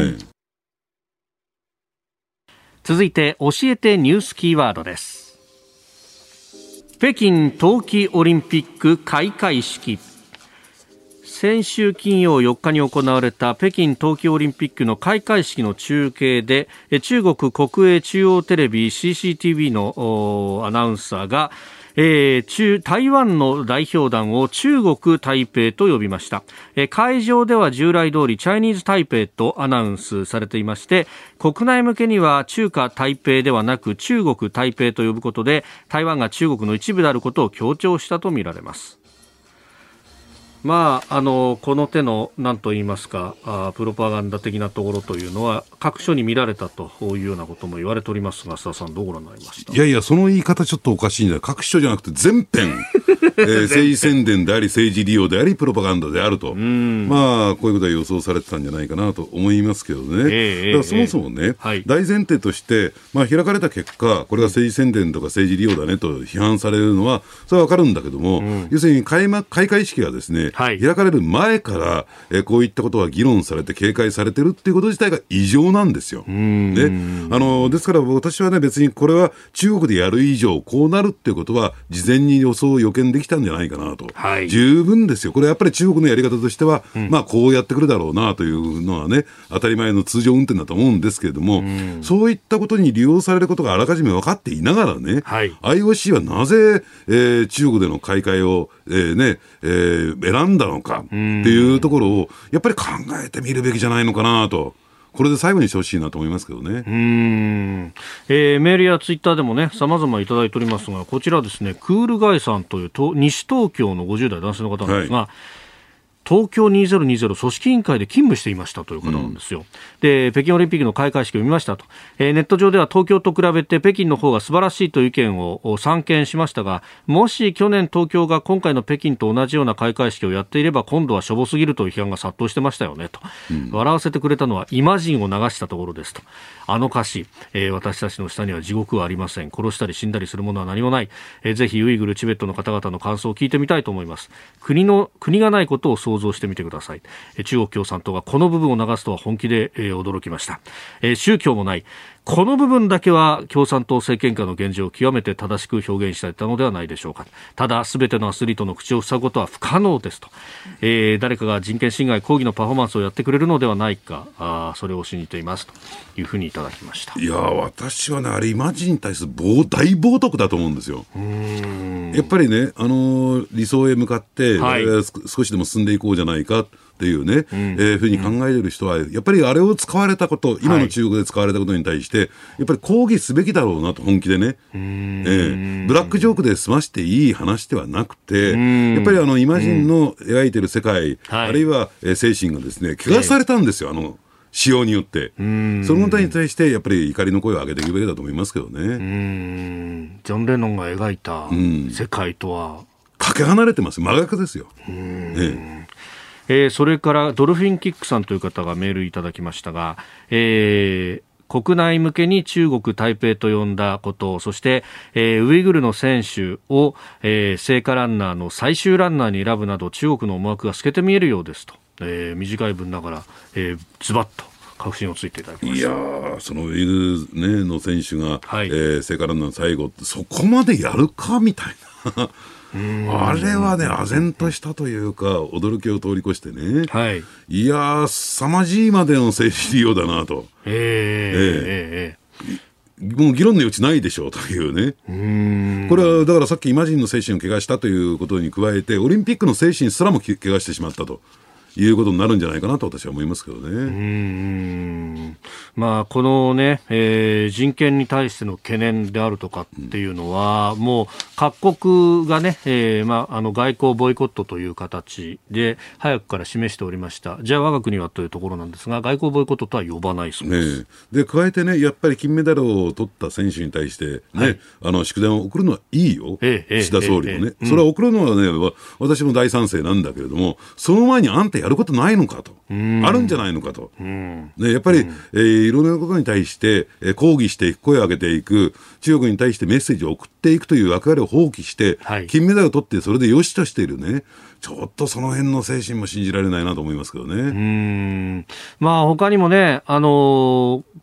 続いて教えてニュースキーワードです。 北京冬季オリンピック開会式。先週金曜よっかに行われた北京冬季オリンピックの開会式の中継で、中国国営中央テレビ シーシーティーブイ のアナウンサーが、えー、中台湾の代表団を中国台北と呼びました。えー、会場では従来通りチャイニーズ台北とアナウンスされていまして、国内向けには中華台北ではなく中国台北と呼ぶことで、台湾が中国の一部であることを強調したとみられます。まあ、あのこの手の何と言いますか、あプロパガンダ的なところというのは各所に見られたというようなことも言われておりますが、須田さんどうご覧になりました？ いやいや、その言い方ちょっとおかしいんだよ。各所じゃなくて全編、えー、政治宣伝であり政治利用でありプロパガンダであると、まあこういうことは予想されてたんじゃないかなと思いますけどね、えー、だからそもそもね、えーはい、大前提として、まあ、開かれた結果これが政治宣伝とか政治利用だねと批判されるのはそれは分かるんだけども、うん、要するに開幕開会式がですね、はい、開かれる前から、えー、こういったことは議論されて警戒されてるっていうこと自体が異常なんですよ。ね、あのですから私はね、別にこれは中国でやる以上こうなるっていうことは事前に予想予見できたんじゃないかなと、はい、十分ですよ。これやっぱり中国のやり方としては、うん、まあこうやってくるだろうなというのはね、当たり前の通常運転だと思うんですけれども、うそういったことに利用されることがあらかじめ分かっていながらね、はい、アイオーシー はなぜ、えー、中国での開会を、えーねえー、選んだのかっていうところをやっぱり考えてみるべきじゃないのかなと、これで最後にしてほしいなと思いますけどね。 うーん、えー、メールやツイッターでもね様々いただいておりますが、こちらですね、クールガイさんというと西東京のごじゅう代男性の方なんですが、はい、東京にせんにじゅう組織委員会で勤務していましたという方なんですよ、うん、で北京オリンピックの開会式を見ましたと、えー、ネット上では東京と比べて北京の方が素晴らしいという意見を散見しましたが、もし去年東京が今回の北京と同じような開会式をやっていれば今度はしょぼすぎるという批判が殺到してましたよねと、うん、笑わせてくれたのはイマジンを流したところですと、あの歌詞、えー、私たちの下には地獄はありません、殺したり死んだりするものは何もない、えー、ぜひウイグルチベットの方々の感想を聞いてみたいと思います。国の国がないことを想像してみてください。中国共産党がこの部分を流すとは本気で、えー、驚きました、えー、宗教もないこの部分だけは共産党政権下の現状を極めて正しく表現していたのではないでしょうか。ただ全てのアスリートの口を塞ぐことは不可能ですと、えー、誰かが人権侵害抗議のパフォーマンスをやってくれるのではないか、あそれを信じていますというふうにいただきました。 いや私はね、あれイマジンに対する大冒涜だと思うんですよ。うーん、やっぱりね、あのー、理想へ向かって、はい、少しでも進んでいこうじゃないかっていうね、うん、えー、ふうに考えている人は、やっぱりあれを使われたこと、今の中国で使われたことに対して、はい、やっぱり抗議すべきだろうなと本気でね、えー、ブラックジョークで済ましていい話ではなくて、やっぱりあのイマジンの描いている世界、あるいは、えー、精神がですね、汚されたんですよ、あの使用によって。そのことに対してやっぱり怒りの声を上げていくべきだと思いますけどね。うーん、ジョン・レノンが描いた世界とはかけ離れてます。真逆ですよ。うーん、 えーえー、それからドルフィンキックさんという方がメールいただきましたが、えー、国内向けに中国台北と呼んだこと、そして、えー、ウイグルの選手を、えー、聖火ランナーの最終ランナーに選ぶなど中国の思惑が透けて見えるようですと、えー、短い文ながら、えー、ズバッと確信をついていただきました。 いやー、そのウイグル、ね、の選手が、はい、えー、聖火ランナーの最後そこまでやるかみたいなあれはね、唖然としたというか驚きを通り越してね、はい、いやー凄まじいまでの政治利用だなと、えーえーえー、もう議論の余地ないでしょうというね。うーん、これはだからさっきイマジンの精神を怪我したということに加えてオリンピックの精神すらも怪我してしまったということになるんじゃないかなと私は思いますけどね。うーん、まあ、このね、えー、人権に対しての懸念であるとかっていうのは、うん、もう各国がね、えーまあ、あの外交ボイコットという形で早くから示しておりました。じゃあ我が国はというところなんですが、外交ボイコットとは呼ばないそうです、 ね、で加えてね、やっぱり金メダルを取った選手に対して、ね、はい、あの祝電を送るのはいいよ、えー、岸田総理もね、えーえー、それは送るのはね、うん、私も大賛成なんだけれども、その前にあんたやることないのかと、あるんじゃないのかと、ね、やっぱり、うん、えー、いろんなことに対して、えー、抗議していく、声を上げていく、中国に対してメッセージを送っていくという役割を放棄して、はい、金メダルを取ってそれで良しとしているね、ちょっとその辺の精神も信じられないなと思いますけどね。うーん、まあ、他にもね、あのー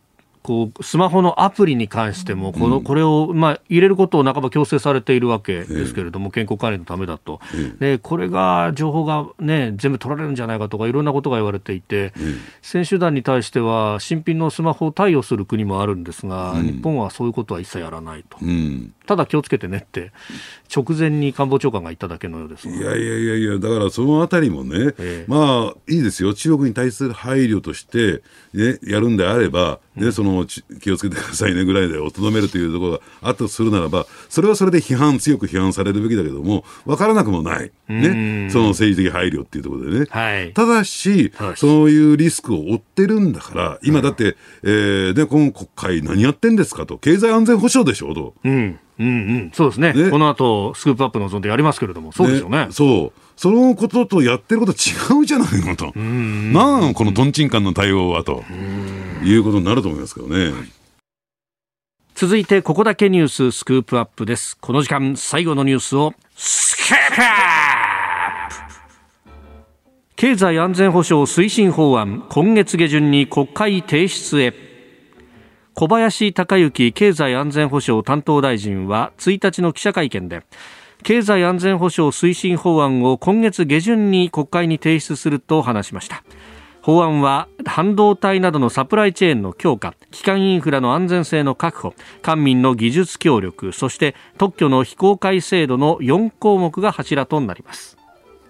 こうスマホのアプリに関してもこの、うん、これを、まあ、入れることを半ば強制されているわけですけれども、えー、健康管理のためだと、えー、でこれが情報が、ね、全部取られるんじゃないかとかいろんなことが言われていて、えー、選手団に対しては新品のスマホを貸与する国もあるんですが、うん、日本はそういうことは一切やらないと、うん、ただ気をつけてねって直前に官房長官が言っただけのようです。 いやいやいやいや、だからそのあたりもね、えー、まあいいですよ、中国に対する配慮として、ね、やるんであれば、ね、その気をつけてくださいねぐらいでとどめるというところがあったとするならば、それはそれで批判強く批判されるべきだけども、分からなくもない、ね、その政治的配慮っていうところでね、はい、ただしそういうリスクを負ってるんだから、今だって、うんえー、でこの国会何やってんですかと、経済安全保障でしょと、うんうんうん、そうです ね, ねこの後スクープアップのゾーンでやりますけれども、そうですよ ね, ねそうそのこととやってること違うじゃないのと、なんなのこのトンチンカンの対応はということになると思いますけどね。 続いてここだけニューススクープアップです。この時間最後のニュースをスクープアップ。経済安全保障推進法案今月下旬に国会提出へ。小林鷹之経済安全保障担当大臣はついたちの記者会見で、経済安全保障推進法案を今月下旬に国会に提出すると話しました。法案は半導体などのサプライチェーンの強化、基幹インフラの安全性の確保、官民の技術協力、そして特許の非公開制度のよん項目が柱となります。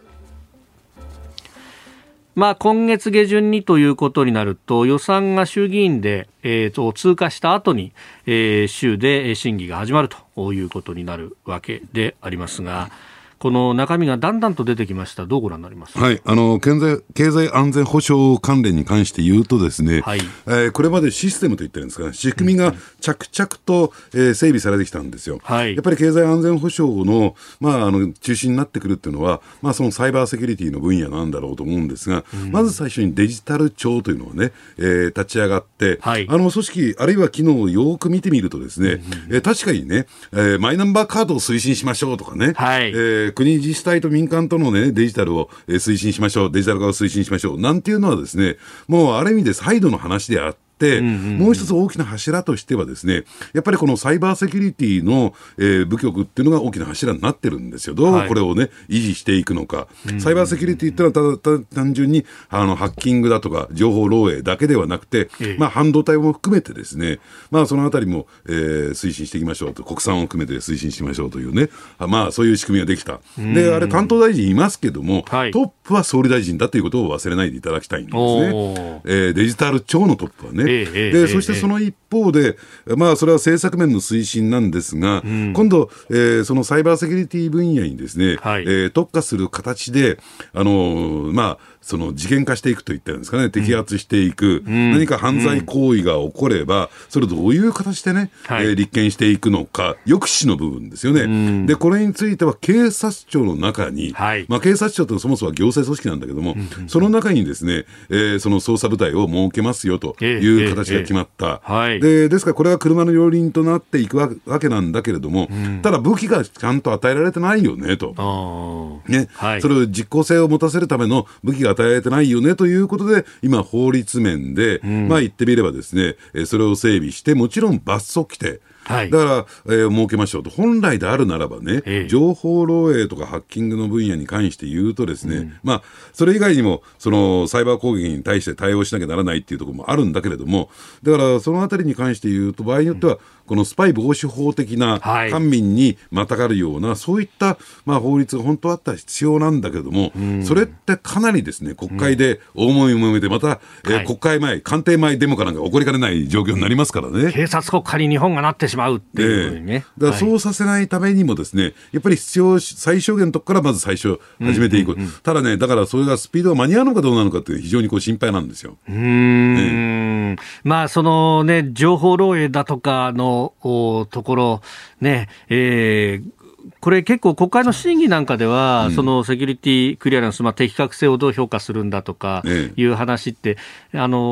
まあ、今月下旬にということになると、予算が衆議院で、えー、と通過した後に、えー、州で審議が始まるということになるわけでありますが、この中身がだんだんと出てきました。どうご覧になりますか。 はい、あの経済、経済安全保障関連に関して言うとですね、はいえー、これまでシステムと言ってるんですか、仕組みが着々と、えー、整備されてきたんですよ、はい、やっぱり経済安全保障の、まあ、あの中心になってくるっていうのは、まあ、そのサイバーセキュリティの分野なんだろうと思うんですが、うん、まず最初にデジタル庁というのをね、えー、立ち上がって、はい、あの組織あるいは機能をよく見てみるとですね、うんえー、確かにね、えー、マイナンバーカードを推進しましょうとかね、はいえー国自治体と民間との、ね、デジタルを推進しましょう、デジタル化を推進しましょうなんていうのはですね、もうある意味でサイドの話であって、うんうんうん、もう一つ大きな柱としてはですね、やっぱりこのサイバーセキュリティの、えー、部局っていうのが大きな柱になってるんですよ。どうこれをね、はい、維持していくのか、うんうん、サイバーセキュリティっていうのはただただ単純にあのハッキングだとか情報漏洩だけではなくて、ええまあ、半導体も含めてですね、まあ、そのあたりも、えー、推進していきましょうと、国産を含めて推進していきましょうというね、まあ、そういう仕組みができた。で、あれ担当大臣いますけども、はい、トップは総理大臣だということを忘れないでいただきたいんですね。えー、デジタル庁のトップはね、ええでそしてその一方で、まあ、それは政策面の推進なんですが、うん、今度、えー、そのサイバーセキュリティ分野にですね、はいえー、特化する形で、あのー、まあその事件化していくといったんですかね、摘発していく、うん、何か犯罪行為が起これば、それをどういう形でね、はい、えー、立件していくのか、抑止の部分ですよね、うん、でこれについては警察庁の中に、はいまあ、警察庁ってそもそもは行政組織なんだけども、うん、その中にですね、えー、その捜査部隊を設けますよという形が決まった、えーえーえーはい、でですからこれは車の両輪となっていくわけなんだけれども、うん、ただ武器がちゃんと与えられてないよねと、ねはい、それを実効性を持たせるための武器が与えられてないよねということで、今法律面で、うん、まあ言ってみればですね、それを整備してもちろん罰則規定はい、だから、えー、設けましょうと。本来であるならばね、ええ、情報漏洩とかハッキングの分野に関して言うとですね、うん、まあそれ以外にもそのサイバー攻撃に対して対応しなきゃならないっていうところもあるんだけれども、だからそのあたりに関して言うと場合によっては、うん、このスパイ防止法的な官民にまたがるような、はい、そういった、まあ、法律が本当はあったら必要なんだけれども、うん、それってかなりですね、国会で大もみもめて、また、うんえーはい、国会前、官邸前デモかなんか起こりかねない状況になりますからね。 警察国家に日本がなってしまうっていうふうにね。 だからそうさせないためにもですね、やっぱり必要最小限のところからまず最初始めていく、うんうんうん、ただね、だからそれがスピードが間に合うのかどうなのかって非常にこう心配なんですよ。 うーん、ね、まあそのね、情報漏洩だとかのところね、えーこれ結構国会の審議なんかでは、うん、そのセキュリティクリアランス、まあ、適格性をどう評価するんだとかいう話って、ええ、あの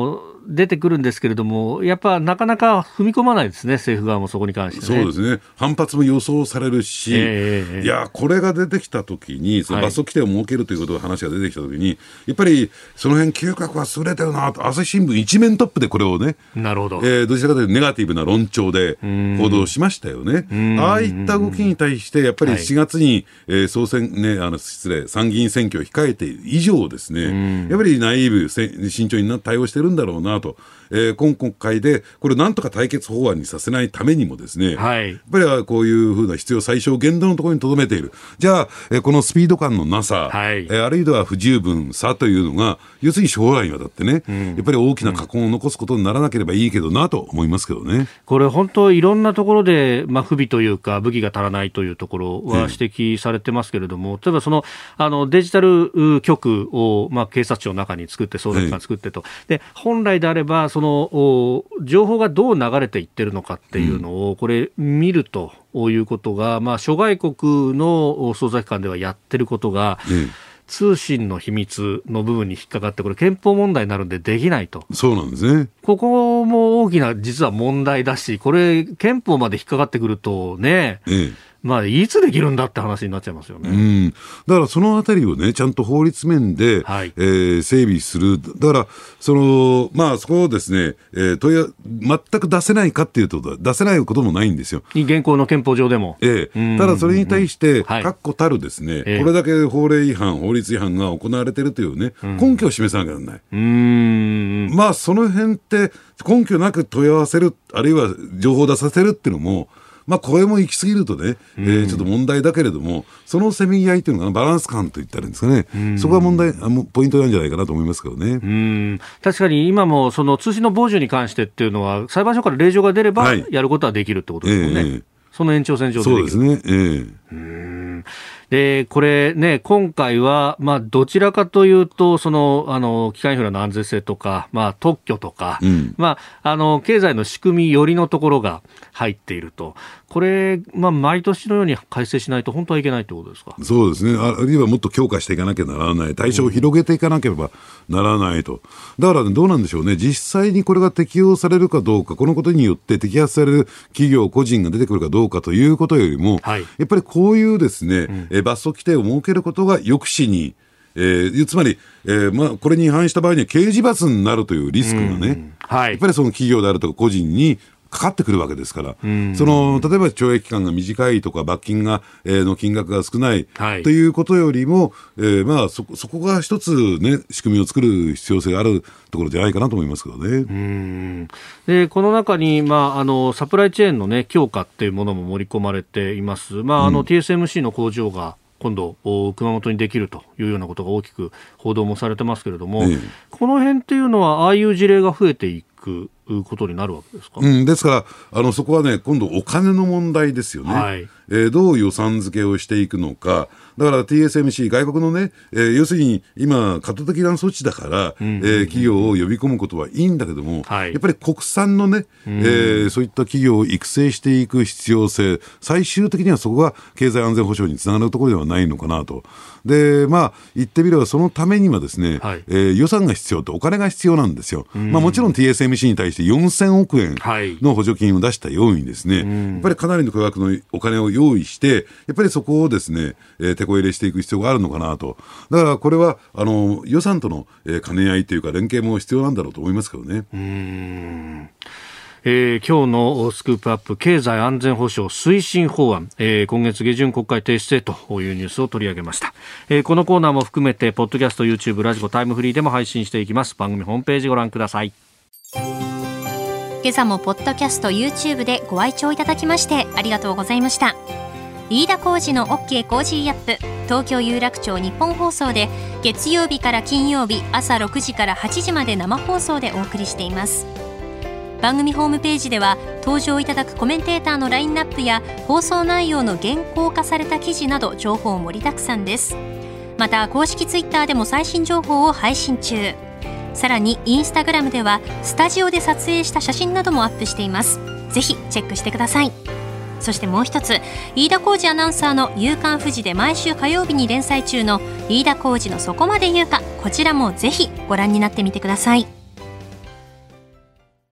出てくるんですけれども、やっぱなかなか踏み込まないですね、政府側もそこに関してね。 そうですね、反発も予想されるし、えー、いやこれが出てきたときに、その罰則規定を設けるということの話が出てきたときに、はい、やっぱりその辺嗅覚は優れてるなと、朝日新聞一面トップでこれをね、 なるほど、 えー、どちらかというとネガティブな論調で報道しましたよね。ああいった動きに対してやっぱりしがつに、はいえー、総選ね、あの失礼参議院選挙を控えている以上ですね、やっぱりナイーブ慎重にな対応してるんだろうなと、えー、今国会でこれなんとか対決法案にさせないためにもですね、はい、やっぱりこういうふうな必要最小限度のところにとどめている。じゃあ、えー、このスピード感のなさ、はいえー、あるいは不十分さというのが要するに将来にわたってね、うん、やっぱり大きな禍根を残すことにならなければいいけどなと思いますけどね。 これ本当いろんなところで、まあ、不備というか武器が足らないというところは指摘されてますけれども、例えばそのあのデジタル局を、まあ、警察庁の中に作って捜査機関作ってと、で本来であればその情報がどう流れていってるのかっていうのをこれ見るということが、まあ、諸外国の捜査機関ではやってることが、うん通信の秘密の部分に引っかかってこれ憲法問題になるんでできないと。 そうなんですね。 ここも大きな実は問題だし、これ憲法まで引っかかってくるとね、ええまあ、いつできるんだって話になっちゃいますよね。 うん、だからそのあたりをねちゃんと法律面で、はいえー、整備する。だからそのまあそこをですね、えー、問い全く出せないかっていうと出せないこともないんですよ。 現行の憲法上でも、 えー、ただそれに対して確固たるですね、はい、これだけ法令違反法律違反が行われているというね、うん、根拠を示さなきゃならない。うーんまあその辺って根拠なく問い合わせるあるいは情報を出させるっていうのもまあ、これも行き過ぎるとね、えー、ちょっと問題だけれども、そのせめぎ合いというのがバランス感といったらいいんですかね、そこが問題あポイントなんじゃないかなと思いますけどね。 うん確かに今もその通信の傍受に関してっていうのは裁判所から令状が出ればやることはできるってことですよね、はいえー、その延長線上でできる。 そうですね、えー、 うんでこれね今回はまあどちらかというとそのあの基幹インフラの安全性とか、まあ、特許とか、うんまあ、あの経済の仕組み寄りのところが入っていると。これ、まあ、毎年のように改正しないと本当はいけないということですか。 そうですね。あるいはもっと強化していかなきゃならない、対象を広げていかなければならないと。だから、ね、どうなんでしょうね。実際にこれが適用されるかどうか、このことによって摘発される企業個人が出てくるかどうかということよりも、はい、やっぱりこういうですね、うんえ罰則規定を設けることが抑止にえー、つまり、えーまあ、これに違反した場合には刑事罰になるというリスクがね、うんはい、やっぱりその企業であるとか個人にかかってくるわけですから、うん、その例えば懲役期間が短いとか罰金が、えー、の金額が少ない、はい、ということよりも、えーまあ、そ, そこが一つ、ね、仕組みを作る必要性があるところじゃないかなと思いますけどね。 うんでこの中に、まあ、あのサプライチェーンの、ね、強化っていうものも盛り込まれています、まああのうん、ティーエスエムシー の工場が今度熊本にできるというようなことが大きく報道もされてますけれども、ええ、この辺っていうのはああいう事例が増えていくことになるわけですか。 うん、ですからあのそこはね今度お金の問題ですよね、はいえー、どう予算付けをしていくのか。だから ティーエスエムシー 外国のね、えー、要するに今過渡的な措置だから、うんうんうんえー、企業を呼び込むことはいいんだけども、はい、やっぱり国産のね、うんえー、そういった企業を育成していく必要性、最終的にはそこが経済安全保障につながるところではないのかなと。でまあ言ってみればそのためにはですね、はいえー、予算が必要とお金が必要なんですよ、うんまあ、もちろん ティーエスエムシー に対してよんせんおくえんの補助金を出したようにですね、はい、やっぱりかなりの巨額のお金を用意してやっぱりそこをですね、えー、手こ入れしていく必要があるのかなと。だからこれはあの予算との、えー、兼ね合いというか連携も必要なんだろうと思いますけどね。 うーんえー、今日のスクープアップ経済安全保障推進法案、えー、今月下旬国会提出へというニュースを取り上げました、えー、このコーナーも含めてポッドキャスト YouTube ラジコタイムフリーでも配信していきます。番組ホームページご覧ください。 今朝もポッドキャスト YouTube でご愛聴いただきましてありがとうございました。飯田浩司の OK コージーアップ、東京有楽町日本放送で月曜日から金曜日朝ろくじからはちじまで生放送でお送りしています。番組ホームページでは登場いただくコメンテーターのラインナップや放送内容の原稿化された記事など情報盛りだくさんです。また公式ツイッターでも最新情報を配信中。さらにインスタグラムではスタジオで撮影した写真などもアップしています。ぜひチェックしてください。そしてもう一つ、飯田浩司アナウンサーの夕刊フジで毎週火曜日に連載中の飯田浩司のそこまで言うか、こちらもぜひご覧になってみてください。